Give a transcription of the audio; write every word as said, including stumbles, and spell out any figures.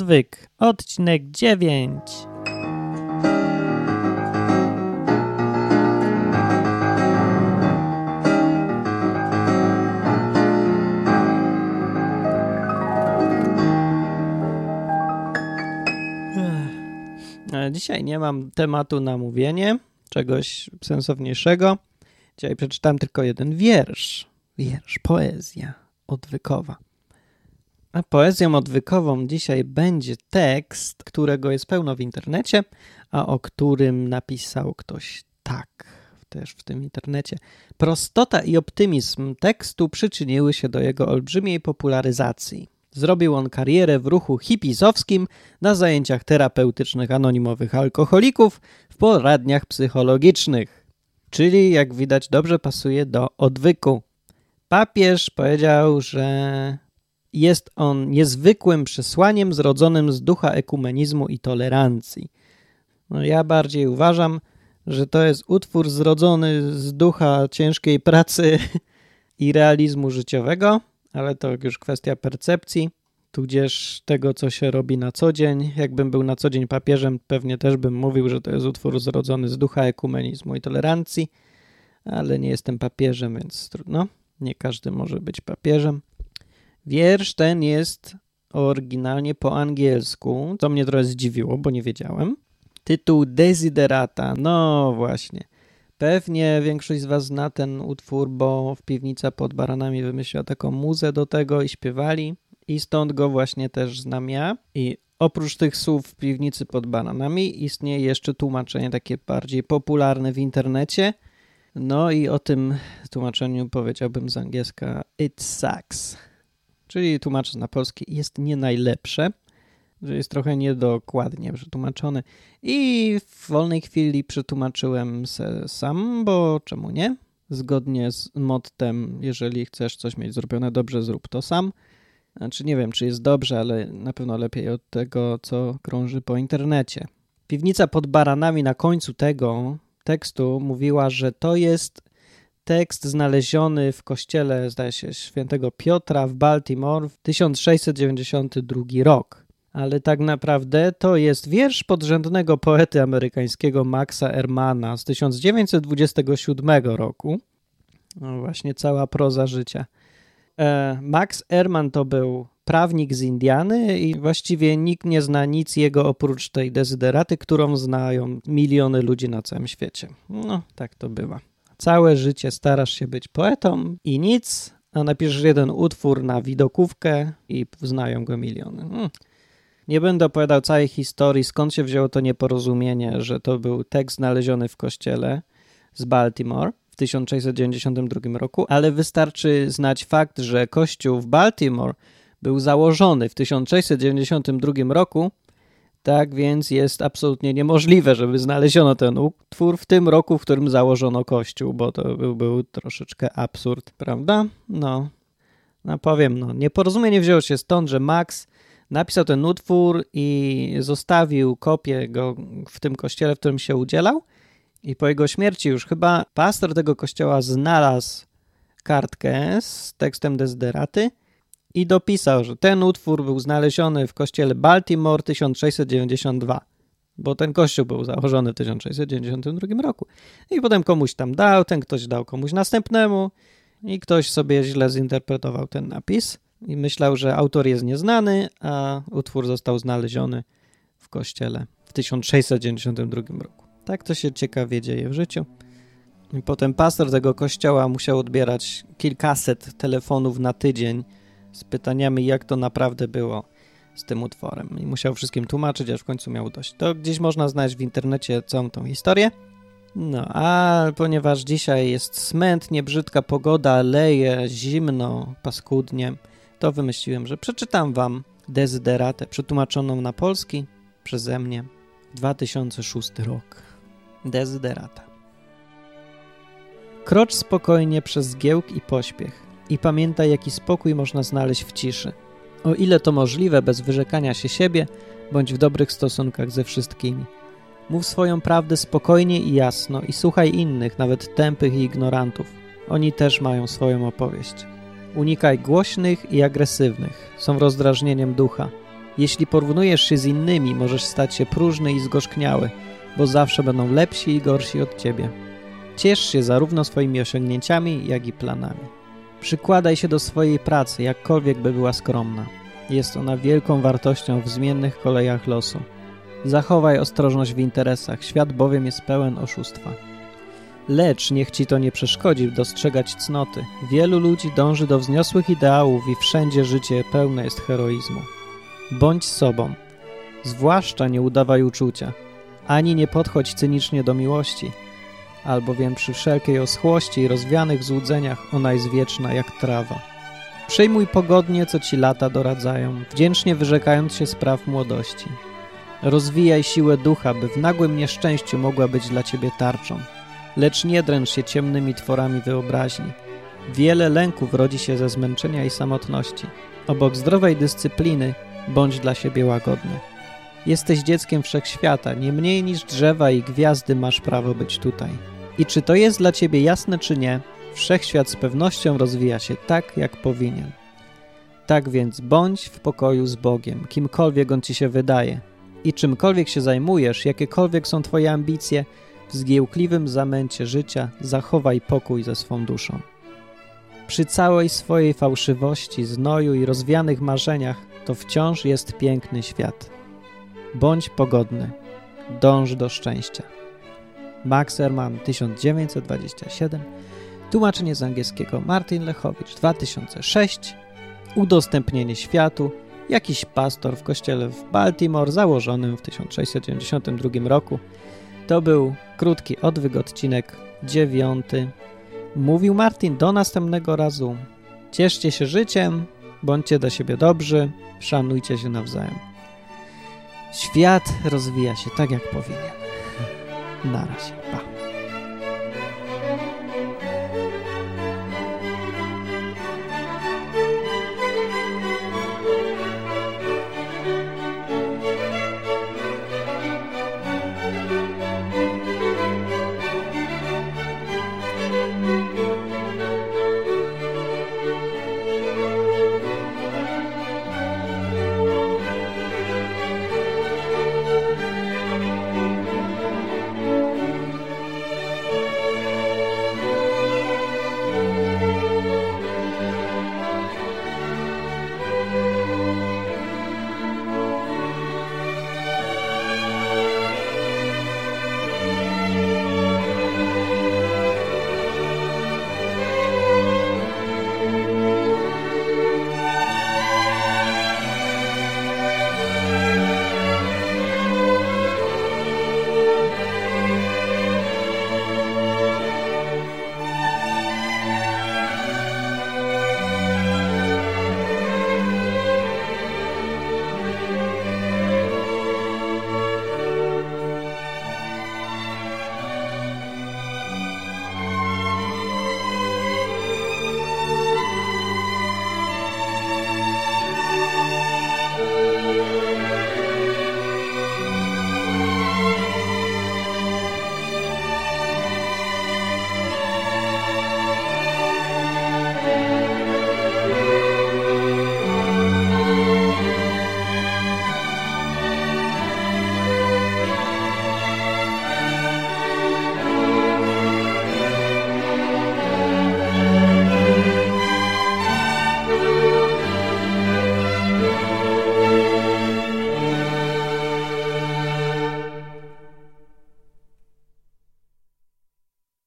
Nawyk, odcinek dziewięć. Dzisiaj nie mam tematu na mówienie, czegoś sensowniejszego. Dzisiaj przeczytałem tylko jeden wiersz. Wiersz, poezja odwykowa. A poezją odwykową dzisiaj będzie tekst, którego jest pełno w internecie, a o którym napisał ktoś tak, też w tym internecie. Prostota i optymizm tekstu przyczyniły się do jego olbrzymiej popularyzacji. Zrobił on karierę w ruchu hipisowskim, na zajęciach terapeutycznych anonimowych alkoholików, w poradniach psychologicznych. Czyli, jak widać, dobrze pasuje do odwyku. Papież powiedział, że jest on niezwykłym przesłaniem zrodzonym z ducha ekumenizmu i tolerancji. No, ja bardziej uważam, że to jest utwór zrodzony z ducha ciężkiej pracy i realizmu życiowego, ale to już kwestia percepcji, tudzież tego, co się robi na co dzień. Jakbym był na co dzień papieżem, pewnie też bym mówił, że to jest utwór zrodzony z ducha ekumenizmu i tolerancji, ale nie jestem papieżem, więc trudno. Nie każdy może być papieżem. Wiersz ten jest oryginalnie po angielsku, co mnie trochę zdziwiło, bo nie wiedziałem. Tytuł Desiderata, no właśnie. Pewnie większość z was zna ten utwór, bo w Piwnica pod Baranami wymyśliła taką muzę do tego i śpiewali. I stąd go właśnie też znam ja. I oprócz tych słów w Piwnicy pod Baranami istnieje jeszcze tłumaczenie takie bardziej popularne w internecie. No i o tym tłumaczeniu powiedziałbym z angielska it sucks. Czyli tłumacząc na polski jest nie najlepsze, że jest trochę niedokładnie przetłumaczone. I w wolnej chwili przetłumaczyłem se sam, bo czemu nie? Zgodnie z mottem, jeżeli chcesz coś mieć zrobione dobrze, zrób to sam. Znaczy nie wiem, czy jest dobrze, ale na pewno lepiej od tego, co krąży po internecie. Piwnica pod Baranami na końcu tego tekstu mówiła, że to jest tekst znaleziony w kościele, zdaje się, świętego Piotra w Baltimore w tysiąc sześćset dziewięćdziesiąty drugi rok. Ale tak naprawdę to jest wiersz podrzędnego poety amerykańskiego Maxa Ehrmana z tysiąc dziewięćset dwudziestego siódmego roku. No właśnie, cała proza życia. E, Max Ehrman to był prawnik z Indiany i właściwie nikt nie zna nic jego oprócz tej dezyderaty, którą znają miliony ludzi na całym świecie. No, tak to bywa. Całe życie starasz się być poetą i nic, a napiszesz jeden utwór na widokówkę i znają go miliony. Hmm. Nie będę opowiadał całej historii, skąd się wzięło to nieporozumienie, że to był tekst znaleziony w kościele z Baltimore w tysiąc sześćset dziewięćdziesiątym drugim roku, ale wystarczy znać fakt, że kościół w Baltimore był założony w tysiąc sześćset dziewięćdziesiątym drugim roku, tak więc jest absolutnie niemożliwe, żeby znaleziono ten utwór w tym roku, w którym założono kościół, bo to był, był troszeczkę absurd, prawda? No, no powiem, no, nieporozumienie wzięło się stąd, że Max napisał ten utwór i zostawił kopię go w tym kościele, w którym się udzielał i po jego śmierci już chyba pastor tego kościoła znalazł kartkę z tekstem dezyderaty i dopisał, że ten utwór był znaleziony w kościele Baltimore tysiąc sześćset dziewięćdziesiąty drugi, bo ten kościół był założony w tysiąc sześćset dziewięćdziesiątym drugim roku. I potem komuś tam dał, ten ktoś dał komuś następnemu i ktoś sobie źle zinterpretował ten napis i myślał, że autor jest nieznany, a utwór został znaleziony w kościele w tysiąc sześćset dziewięćdziesiątym drugim roku. Tak to się ciekawie dzieje w życiu. I potem pastor tego kościoła musiał odbierać kilkaset telefonów na tydzień z pytaniami, jak to naprawdę było z tym utworem. I musiał wszystkim tłumaczyć, aż w końcu miał dość. To gdzieś można znaleźć w internecie całą tą historię. No, a ponieważ dzisiaj jest smętnie, brzydka pogoda, leje, zimno, paskudnie, to wymyśliłem, że przeczytam wam dezyderatę przetłumaczoną na polski przeze mnie dwa tysiące szósty rok. Dezyderata. Krocz spokojnie przez zgiełk i pośpiech i pamiętaj, jaki spokój można znaleźć w ciszy. O ile to możliwe, bez wyrzekania się siebie, bądź w dobrych stosunkach ze wszystkimi. Mów swoją prawdę spokojnie i jasno i słuchaj innych, nawet tępych i ignorantów. Oni też mają swoją opowieść. Unikaj głośnych i agresywnych, są rozdrażnieniem ducha. Jeśli porównujesz się z innymi, możesz stać się próżny i zgorzkniały, bo zawsze będą lepsi i gorsi od ciebie. Ciesz się zarówno swoimi osiągnięciami, jak i planami. Przykładaj się do swojej pracy, jakkolwiek by była skromna. Jest ona wielką wartością w zmiennych kolejach losu. Zachowaj ostrożność w interesach, świat bowiem jest pełen oszustwa. Lecz niech ci to nie przeszkodzi dostrzegać cnoty. Wielu ludzi dąży do wzniosłych ideałów i wszędzie życie pełne jest heroizmu. Bądź sobą. Zwłaszcza nie udawaj uczucia, ani nie podchodź cynicznie do miłości, albowiem przy wszelkiej oschłości i rozwianych złudzeniach ona jest wieczna jak trawa. Przyjmuj pogodnie, co ci lata doradzają, wdzięcznie wyrzekając się spraw młodości. Rozwijaj siłę ducha, by w nagłym nieszczęściu mogła być dla ciebie tarczą. Lecz nie dręcz się ciemnymi tworami wyobraźni. Wiele lęków rodzi się ze zmęczenia i samotności. Obok zdrowej dyscypliny bądź dla siebie łagodny. Jesteś dzieckiem wszechświata, nie mniej niż drzewa i gwiazdy masz prawo być tutaj. I czy to jest dla ciebie jasne, czy nie, wszechświat z pewnością rozwija się tak, jak powinien. Tak więc bądź w pokoju z Bogiem, kimkolwiek On ci się wydaje. I czymkolwiek się zajmujesz, jakiekolwiek są twoje ambicje, w zgiełkliwym zamęcie życia zachowaj pokój ze swą duszą. Przy całej swojej fałszywości, znoju i rozwianych marzeniach to wciąż jest piękny świat. Bądź pogodny, dąż do szczęścia. Max Ehrmann, tysiąc dziewięćset dwadzieścia siedem, tłumaczenie z angielskiego Martin Lechowicz, dwa tysiące sześć, udostępnienie światu, jakiś pastor w kościele w Baltimore założonym w tysiąc sześćset dziewięćdziesiątym drugim roku. To był krótki odwyk, odcinek dziewiąty. Mówił Martin, do następnego razu. Cieszcie się życiem, bądźcie do siebie dobrzy, szanujcie się nawzajem. Świat rozwija się tak, jak powinien. Na razie, pa.